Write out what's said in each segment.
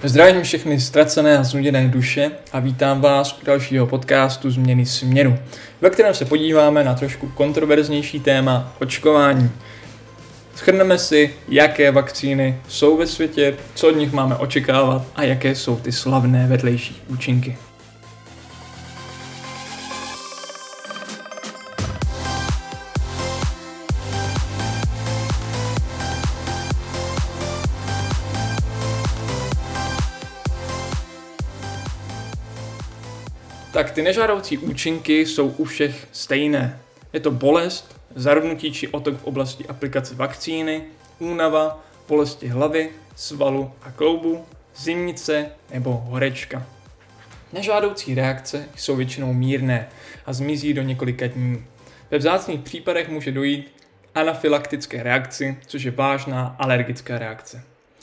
Zdravím všechny ztracené a znuděné duše a vítám vás u dalšího podcastu Změny směru, ve kterém se podíváme na trošku kontroverznější téma očkování. Shrneme si, jaké vakcíny jsou ve světě, co od nich máme očekávat a jaké jsou ty slavné vedlejší účinky. Tak ty nežádoucí účinky jsou u všech stejné. Je to bolest, zarudnutí či otok v oblasti aplikace vakcíny, únava, bolesti hlavy, svalu a kloubu, zimnice nebo horečka. Nežádoucí reakce jsou většinou mírné a zmizí do několika dní. Ve vzácných případech může dojít k anafylaktické reakci, což je vážná alergická reakce.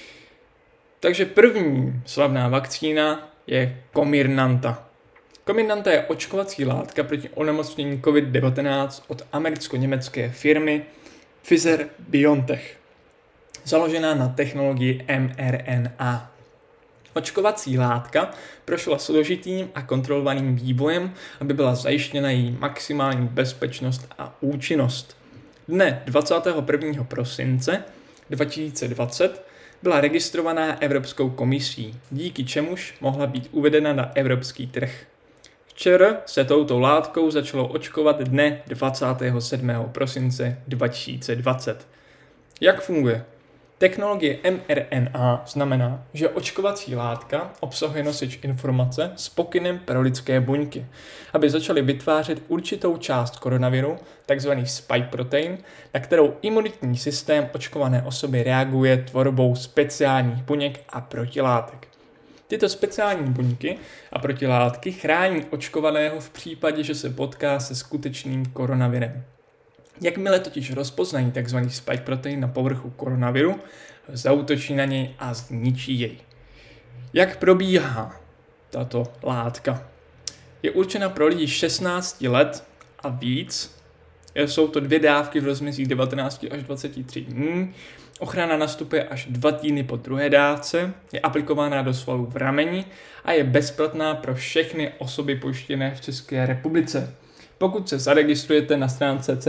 Takže první slavná vakcína je Comirnaty. Comirnaty je očkovací látka proti onemocnění COVID-19 od americko-německé firmy Pfizer-BioNTech, založená na technologii mRNA. Očkovací látka prošla složitým a kontrolovaným vývojem, aby byla zajištěna její maximální bezpečnost a účinnost. Dne 21. prosince 2020 byla registrovaná Evropskou komisí, díky čemuž mohla být uvedena na evropský trh. Včera se touto látkou začalo očkovat dne 27. prosince 2020. Jak funguje? Technologie mRNA znamená, že očkovací látka obsahuje nosič informace s pokynem pro lidské buňky, aby začaly vytvářet určitou část koronaviru, takzvaný spike protein, na kterou imunitní systém očkované osoby reaguje tvorbou speciálních buněk a protilátek. Tyto speciální buňky a protilátky chrání očkovaného v případě, že se potká se skutečným koronavirem. Jakmile totiž rozpoznají tzv. Spike protein na povrchu koronaviru, zaútočí na něj a zničí jej. Jak probíhá tato látka? Je určena pro lidi 16 let a víc. Jsou to 2 dávky v rozmezí 19 až 23 dní. Ochrana nastupuje až 2 týdny po druhé dávce, je aplikována do svalů v rameni a je bezplatná pro všechny osoby pojištěné v České republice. Pokud se zaregistrujete na stránce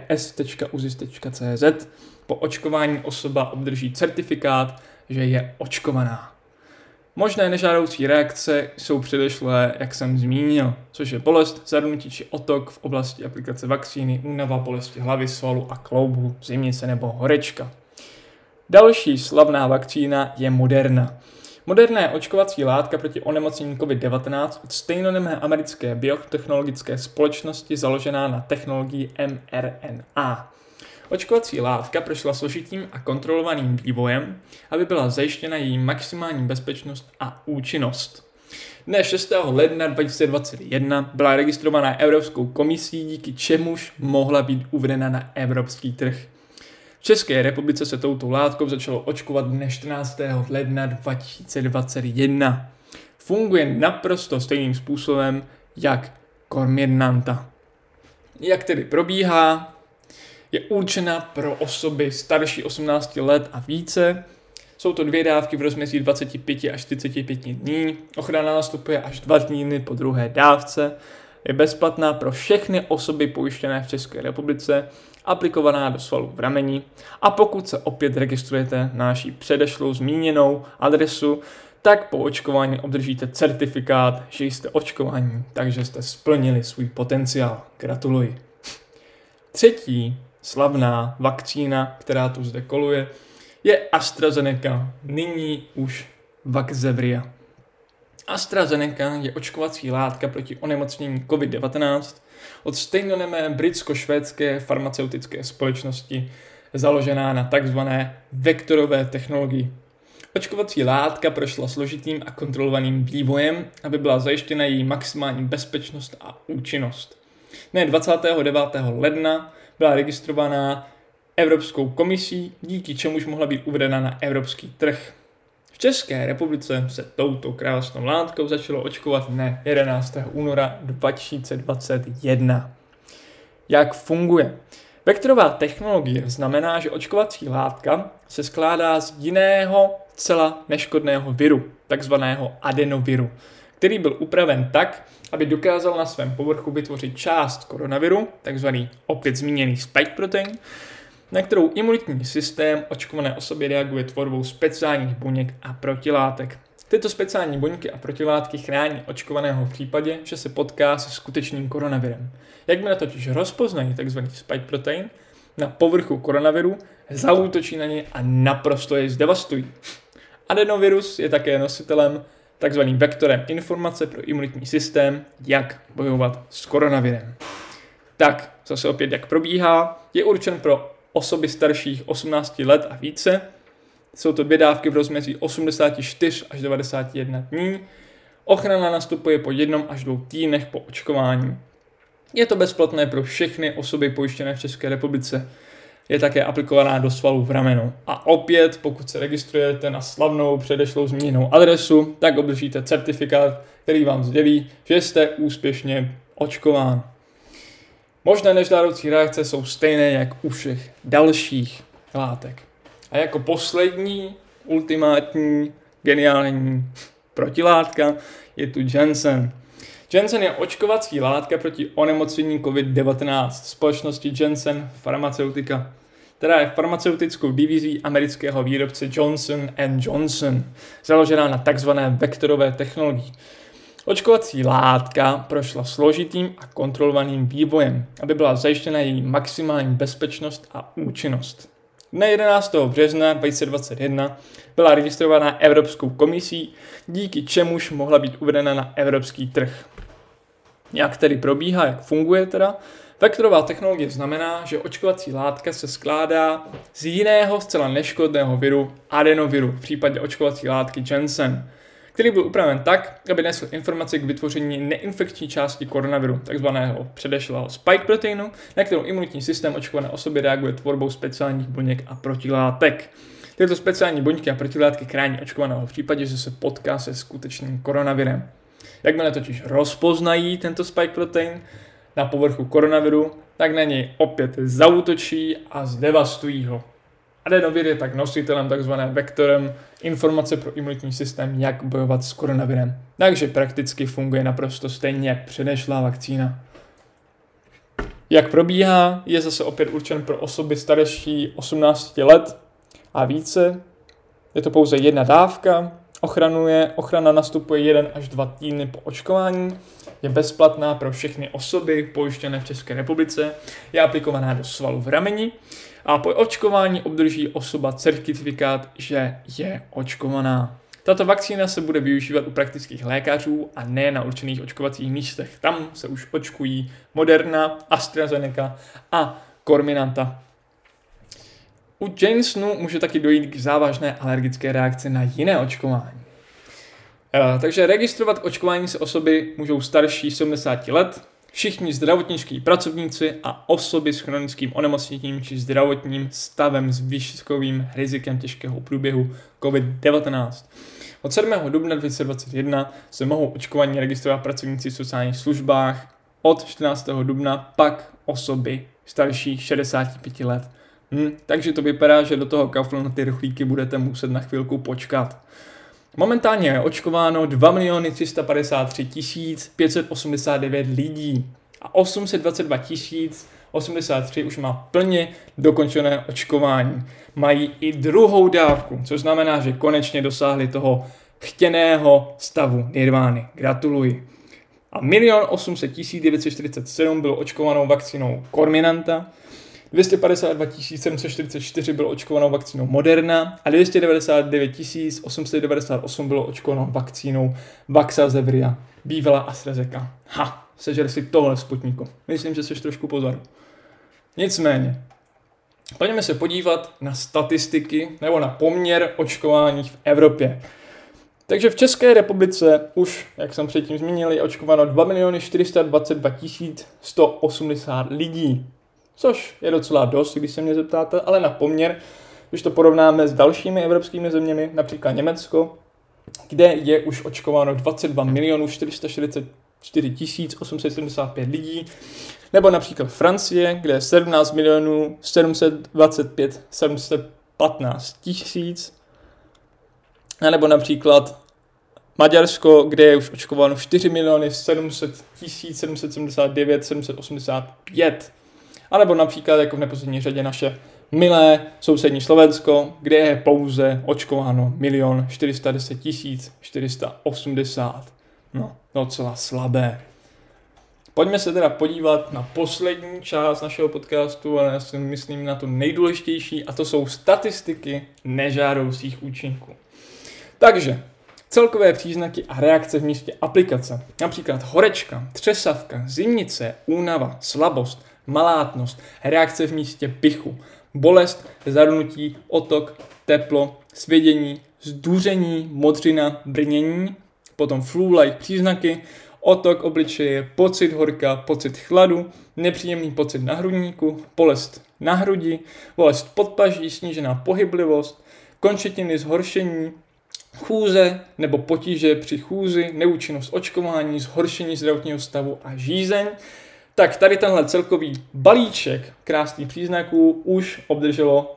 crs.uzis.cz, po očkování osoba obdrží certifikát, že je očkovaná. Možné nežádoucí reakce jsou předešlé, jak jsem zmínil, což je bolest, zarudnutí či otok v oblasti aplikace vakcíny, únava, bolesti hlavy, svalu a kloubu, zimnice nebo horečka. Další slavná vakcína je Moderna. Moderna je očkovací látka proti onemocnění COVID-19 od stejnojmenné americké biotechnologické společnosti založená na technologii mRNA. Očkovací látka prošla složitým a kontrolovaným vývojem, aby byla zajištěna její maximální bezpečnost a účinnost. Dne 6. ledna 2021 byla registrovaná Evropskou komisí, díky čemuž mohla být uvedena na evropský trh. V České republice se touto látkou začalo očkovat dne 14. ledna 2021. Funguje naprosto stejným způsobem jak Comirnaty. Jak tedy probíhá? Je určena pro osoby starší 18 let a více. Jsou to 2 dávky v rozmezí 25 až 45 dní. Ochrana nastupuje až 2 týdny po druhé dávce. Je bezplatná pro všechny osoby pojištěné v České republice, aplikovaná do svalů v rameni, a pokud se opět registrujete na naší předešlou zmíněnou adresu, tak po očkování obdržíte certifikát, že jste očkovaní, takže jste splnili svůj potenciál. Gratuluji. Třetí slavná vakcína, která tu zde koluje, je AstraZeneca, nyní už Vaxzevria. AstraZeneca je očkovací látka proti onemocnění COVID-19 od stejnojmenné britsko-švédské farmaceutické společnosti založená na tzv. Vektorové technologii. Očkovací látka prošla složitým a kontrolovaným vývojem, aby byla zajištěna její maximální bezpečnost a účinnost. Dne 29. ledna byla registrovaná Evropskou komisí, díky čemuž mohla být uvedena na evropský trh. V České republice se touto krásnou látkou začalo očkovat dne 11. února 2021. Jak funguje? Vektorová technologie znamená, že očkovací látka se skládá z jiného zcela neškodného viru, takzvaného adenoviru, který byl upraven tak, aby dokázal na svém povrchu vytvořit část koronaviru, takzvaný opět zmíněný spike protein, na kterou imunitní systém očkované osoby reaguje tvorbou speciálních buněk a protilátek. Tyto speciální buňky a protilátky chrání očkovaného v případě, že se potká se skutečným koronavirem. Jakmile totiž rozpoznají tzv. Spike protein na povrchu koronaviru, zaútočí na ně a naprosto je zdevastují. Adenovirus je také nositelem, takzvaným vektorem informace pro imunitní systém, jak bojovat s koronavirem. Tak, zase opět jak probíhá, je určen pro osoby starších 18 let a více. Jsou to 2 dávky v rozmezí 84 až 91 dní. Ochrana nastupuje po 1 až 2 týdnech po očkování. Je to bezplatné pro všechny osoby pojištěné v České republice. Je také aplikovaná do svalů v ramenu. A opět, pokud se registrujete na slavnou předešlou zmíněnou adresu, tak obdržíte certifikát, který vám sdělí, že jste úspěšně očkován. Možné nežádoucí reakce jsou stejné jak u všech dalších látek. A jako poslední, ultimátní, geniální protilátka je tu Janssen. Janssen je očkovací látka proti onemocnění COVID-19 společnosti Janssen Pharmaceutica, která je farmaceutickou divizí amerického výrobce Johnson & Johnson, založená na takzvané vektorové technologii. Očkovací látka prošla složitým a kontrolovaným vývojem, aby byla zajištěna její maximální bezpečnost a účinnost. Dne 11. března 2021 byla registrovaná Evropskou komisí, díky čemuž mohla být uvedena na evropský trh. Jak tedy probíhá, jak funguje teda? Vektorová technologie znamená, že očkovací látka se skládá z jiného zcela neškodného viru, adenoviru, v případě očkovací látky Janssen, který byl upraven tak, aby nesl informace k vytvoření neinfekční části koronaviru, takzvaného předešlého spike proteinu, na kterou imunitní systém očkované osoby reaguje tvorbou speciálních buněk a protilátek. Tyto speciální buňky a protilátky chrání očkovaného v případě, že se potká se skutečným koronavirem. Jakmile totiž rozpoznají tento spike protein na povrchu koronaviru, tak na něj opět zaútočí a zdevastují ho. Adenovir je tak nositelem takzvaným vektorem informace pro imunitní systém, jak bojovat s koronavirem. Takže prakticky funguje naprosto stejně jak předešlá vakcína. Jak probíhá, je zase opět určen pro osoby starší 18 let a více. Je to pouze 1 dávka. Ochrana nastupuje 1 až 2 týdny po očkování. Je bezplatná pro všechny osoby pojištěné v České republice. Je aplikovaná do svalu v rameni. A po očkování obdrží osoba certifikát, že je očkovaná. Tato vakcína se bude využívat u praktických lékařů a ne na určených očkovacích místech. Tam se už očkují Moderna, AstraZeneca a Comirnaty. U Janssenu může taky dojít k závažné alergické reakci na jiné očkování. Takže registrovat k očkování se osoby můžou starší 70 let, všichni zdravotničtí pracovníci a osoby s chronickým onemocněním či zdravotním stavem s výškovým rizikem těžkého průběhu COVID-19. Od 7. dubna 2021 se mohou očkování registrovat pracovníci v sociálních službách, od 14. dubna pak osoby starší 65 let. Takže to vypadá, že do toho kaflu na ty rychlíky budete muset na chvilku počkat. Momentálně je očkováno 2 353 589 lidí a 822 083 už má plně dokončené očkování. Mají i 2. dávku, což znamená, že konečně dosáhli toho chtěného stavu nirvány. Gratuluji. A 1 800 947 bylo očkovanou vakcínou Comirnaty, 252 744 bylo očkovanou vakcínou Moderna a 299 898 bylo očkovanou vakcínou Vaxzevria, bývalá AstraZeneca. Sežer si tohle Sputniku. Myslím, že jsi trošku pozadu. Nicméně, pojďme se podívat na statistiky nebo na poměr očkování v Evropě. Takže v České republice už, jak jsem předtím zmínil, je očkováno 2 422 180 lidí. Což je docela dost, když se mě zeptáte, ale na poměr, když to porovnáme s dalšími evropskými zeměmi, například Německo, kde je už očkováno 22 444 875 lidí, nebo například Francie, kde je 17 725 715 tisíc, nebo například Maďarsko, kde je už očkováno 4 700 779 785. A nebo například jako v neposlední řadě naše milé sousední Slovensko, kde je pouze očkováno 1 410 480. No, docela slabé. Pojďme se teda podívat na poslední část našeho podcastu, ale já si myslím na to nejdůležitější, a to jsou statistiky nežádoucích účinků. Takže celkové příznaky a reakce v místě aplikace. Například horečka, třesavka, zimnice, únava, slabost, malátnost, reakce v místě pichu, bolest, zarnutí, otok, teplo, svědění, zduření, modřina, brnění, potom flu-like příznaky, otok obličeje, pocit horka, pocit chladu, nepříjemný pocit na hrudníku, bolest na hrudi, bolest podpaží, snížená pohyblivost, končetiny zhoršení, chůze nebo potíže při chůzi, neúčinnost očkování, zhoršení zdravotního stavu a žízeň. Tak tady tenhle celkový balíček krásných příznaků už obdrželo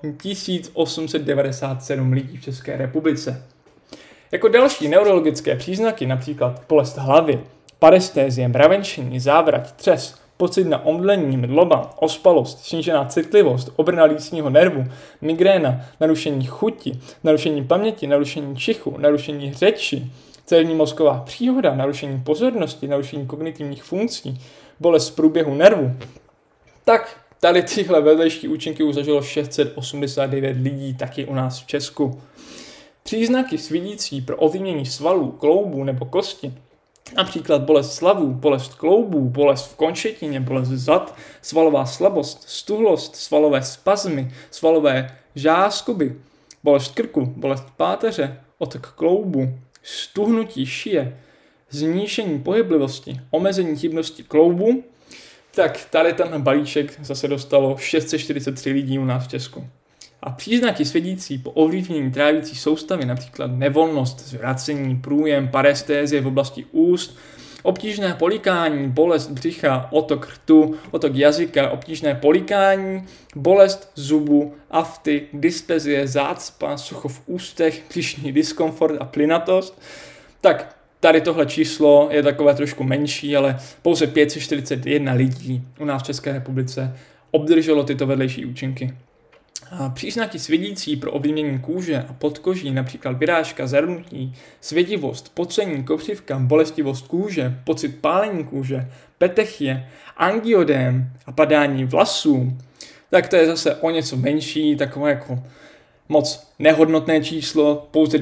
1897 lidí v České republice. Jako další neurologické příznaky, například bolest hlavy, parestézie, mravenčení, závrať, třes, pocit na omdlení, mdloba, ospalost, snížená citlivost, obrna lícního nervu, migréna, narušení chuti, narušení paměti, narušení čichu, narušení řeči, cévní mozková příhoda, narušení pozornosti, narušení kognitivních funkcí, bolest v průběhu nervu. Tak tady tyhle vedlejší účinky už zažilo 689 lidí taky u nás v Česku. Příznaky svědící pro ovlivnění svalů, kloubů nebo kosti, například bolest svalů, bolest kloubů, bolest v končetině, bolest zad, svalová slabost, stuhlost, svalové spazmy, svalové žáskoby, bolest krku, bolest páteře, otok kloubu, stuhnutí šije, znížení pohyblivosti, omezení hybnosti kloubu, tak tady ten balíček zase dostalo 643 lidí u nás v Česku. A příznaky svědící po ovlivnění trávící soustavy, například nevolnost, zvracení, průjem, parestézie v oblasti úst, obtížné polikání, bolest břicha, otok rtu, otok jazyka, obtížné polikání, bolest zubu, afty, dyspezie, zácpa, sucho v ústech, břišní diskomfort a plynatost, tak tady tohle číslo je takové trošku menší, ale pouze 541 lidí u nás v České republice obdrželo tyto vedlejší účinky. A příznaky svědící pro ovlivnění kůže a podkoží, například vyrážka, zarnutí, svědivost, pocení, kopřivka, bolestivost kůže, pocit pálení kůže, petechie, angiodém a padání vlasů, tak to je zase o něco menší, takové jako moc nehodnotné číslo, pouze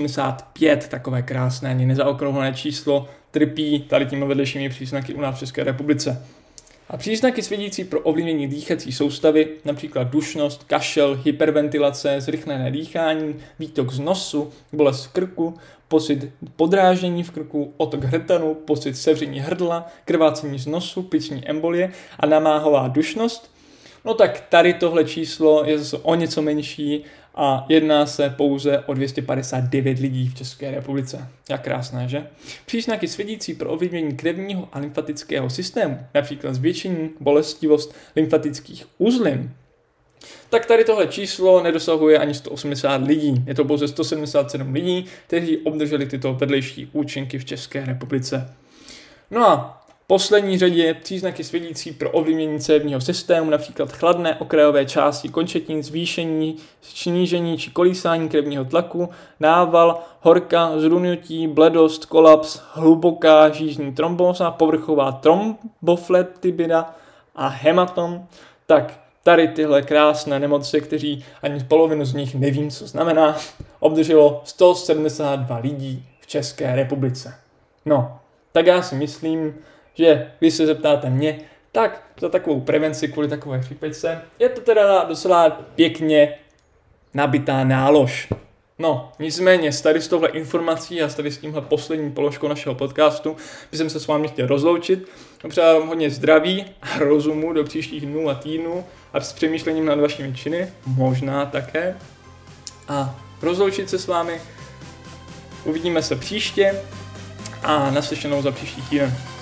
285, takové krásné, ani nezaokrouhlené číslo, trpí tady těmi vedlejšími příznaky u nás v České republice. A příznaky svědící pro ovlivnění dýchací soustavy, například dušnost, kašel, hyperventilace, zrychlené dýchání, výtok z nosu, bolest v krku, pocit podráždění v krku, otok hrtanu, pocit sevření hrdla, krvácení z nosu, plicní embolie a namáhová dušnost, no tak tady tohle číslo je zase o něco menší a jedná se pouze o 259 lidí v České republice. Jak krásné, že? Příznaky svědící pro ovlivnění krevního a lymfatického systému, například zvětšení, bolestivost lymfatických uzlin, tak tady tohle číslo nedosahuje ani 180 lidí. Je to pouze 177 lidí, kteří obdrželi tyto vedlejší účinky v České republice. No a v poslední řadě příznaky svědící pro ovlivnění cévního systému, například chladné okrajové části končetin, zvýšení, snížení či kolísání krevního tlaku, nával, horka, zrunutí, bledost, kolaps, hluboká žízní trombóza, povrchová trombofletibida a hematom, tak tady tyhle krásné nemoci, kteří ani polovinu z nich nevím, co znamená, obdrželo 172 lidí v České republice. No, tak já si myslím, že když se zeptáte mě, tak za takovou prevenci kvůli takové chřipečce je to teda docela pěkně nabitá nálož. No, nicméně tady s touhle informací a tady s tímhle poslední položkou našeho podcastu bych se s vámi chtěl rozloučit. Přeji vám hodně zdraví a rozumu do příštích dnů a týdnů a s přemýšlením nad vašimi činy, možná také. A rozloučit se s vámi. Uvidíme se příště a naslyšenou za příští týden.